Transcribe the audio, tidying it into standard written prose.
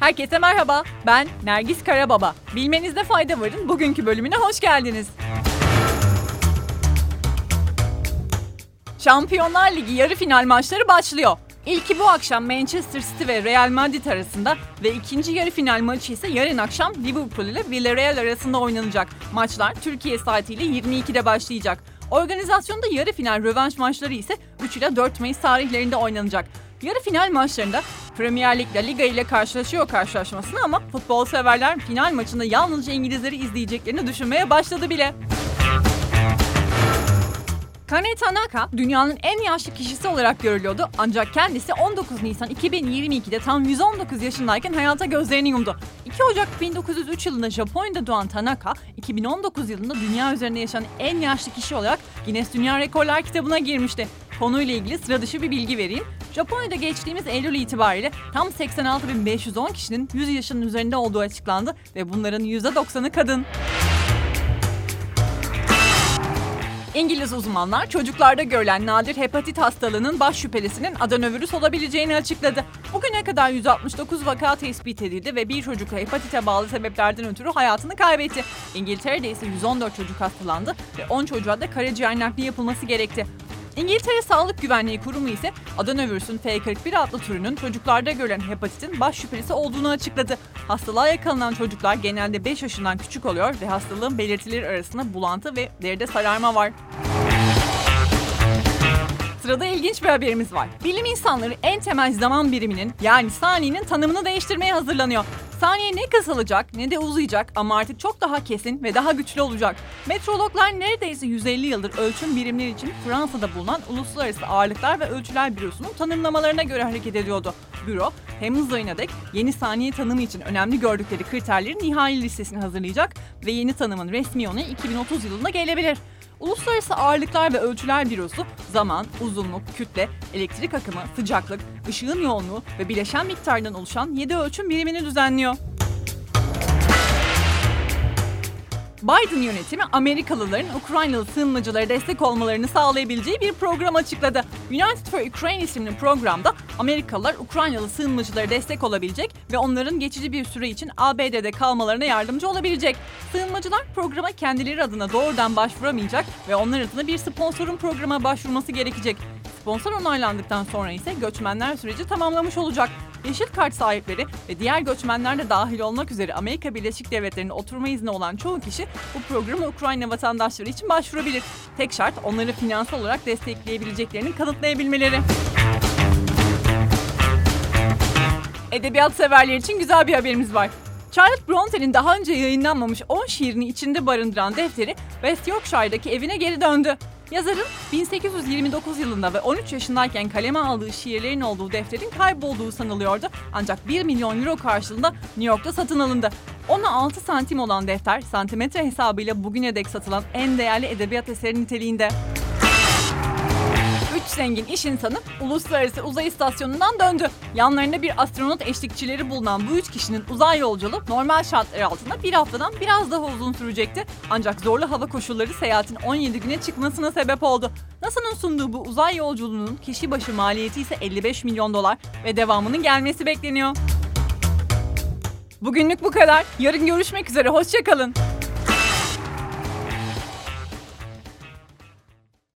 Herkese merhaba, ben Nergis Karababa. Bilmenizde fayda varın bugünkü bölümüne hoş geldiniz. Şampiyonlar Ligi yarı final maçları başlıyor. İlki bu akşam Manchester City ve Real Madrid arasında ve ikinci yarı final maçı ise yarın akşam Liverpool ile Villarreal arasında oynanacak. Maçlar Türkiye saatiyle 22'de başlayacak. Organizasyonda yarı final rövanş maçları ise 3 ile 4 Mayıs tarihlerinde oynanacak. Yarı final maçlarında Premier Lig La Liga ile karşılaşıyor karşılaşmasına ama futbol severler final maçında yalnızca İngilizleri izleyeceklerini düşünmeye başladı bile. Kane Tanaka dünyanın en yaşlı kişisi olarak görülüyordu ancak kendisi 19 Nisan 2022'de tam 119 yaşındayken hayata gözlerini yumdu. 2 Ocak 1903 yılında Japonya'da doğan Tanaka, 2019 yılında dünya üzerinde yaşayan en yaşlı kişi olarak Guinness Dünya Rekorlar kitabına girmişti. Konuyla ilgili sıra dışı bir bilgi vereyim. Japonya'da geçtiğimiz Eylül itibariyle tam 86.510 kişinin 100 yaşının üzerinde olduğu açıklandı ve bunların %90'ı kadın. İngiliz uzmanlar çocuklarda görülen nadir hepatit hastalığının baş şüphelisinin adenovirüs olabileceğini açıkladı. Bugüne kadar 169 vaka tespit edildi ve bir çocuk hepatite bağlı sebeplerden ötürü hayatını kaybetti. İngiltere'de ise 114 çocuk hastalandı ve 10 çocuğa da karaciğer nakli yapılması gerekti. İngiltere Sağlık Güvenliği Kurumu ise adenovirüsün F41 adlı türünün çocuklarda görülen hepatitin baş şüphelisi olduğunu açıkladı. Hastalığa yakalanan çocuklar genelde 5 yaşından küçük oluyor ve hastalığın belirtileri arasında bulantı ve deride sararma var. Sırada ilginç bir haberimiz var. Bilim insanları en temel zaman biriminin yani saniyenin tanımını değiştirmeye hazırlanıyor. Saniye ne kısalacak ne de uzayacak ama artık çok daha kesin ve daha güçlü olacak. Meteorologlar neredeyse 150 yıldır ölçüm birimleri için Fransa'da bulunan Uluslararası Ağırlıklar ve Ölçüler Bürosu'nun tanımlamalarına göre hareket ediyordu. Büro, Temmuz ayına dek yeni saniye tanımı için önemli gördükleri kriterlerin nihai listesini hazırlayacak ve yeni tanımın resmi onayı 2030 yılında gelebilir. Uluslararası Ağırlıklar ve Ölçüler Bürosu, zaman, uzunluk, kütle, elektrik akımı, sıcaklık, ışığın yoğunluğu ve bileşen miktarından oluşan 7 ölçüm birimini düzenliyor. Biden yönetimi Amerikalıların Ukraynalı sığınmacılara destek olmalarını sağlayabileceği bir program açıkladı. United for Ukraine isimli programda Amerikalılar Ukraynalı sığınmacılara destek olabilecek ve onların geçici bir süre için ABD'de kalmalarına yardımcı olabilecek. Sığınmacılar programa kendileri adına doğrudan başvuramayacak ve onlar adına bir sponsorun programa başvurması gerekecek. Sponsor onaylandıktan sonra ise göçmenler süreci tamamlamış olacak. Yeşil kart sahipleri ve diğer göçmenler de dahil olmak üzere Amerika Birleşik Devletleri'nde oturma izni olan çoğu kişi bu programa Ukrayna vatandaşları için başvurabilir. Tek şart onları finansal olarak destekleyebileceklerini kanıtlayabilmeleri. Edebiyat severler için güzel bir haberimiz var. Charlotte Bronte'nin daha önce yayınlanmamış 10 şiirini içinde barındıran defteri West Yorkshire'daki evine geri döndü. Yazarın 1829 yılında ve 13 yaşındayken kaleme aldığı şiirlerin olduğu defterin kaybolduğu sanılıyordu. Ancak 1 milyon euro karşılığında New York'ta satın alındı. 10'a 6 santim olan defter, santimetre hesabıyla bugüne dek satılan en değerli edebiyat eseri niteliğinde. 3 zengin iş insanı Uluslararası Uzay İstasyonu'ndan döndü. Yanlarında bir astronot eşlikçileri bulunan bu 3 kişinin uzay yolculuğu normal şartlar altında bir haftadan biraz daha uzun sürecekti. Ancak zorlu hava koşulları seyahatin 17 güne çıkmasına sebep oldu. NASA'nın sunduğu bu uzay yolculuğunun kişi başı maliyeti ise $55 milyon ve devamının gelmesi bekleniyor. Bugünlük bu kadar. Yarın görüşmek üzere. Hoşça kalın.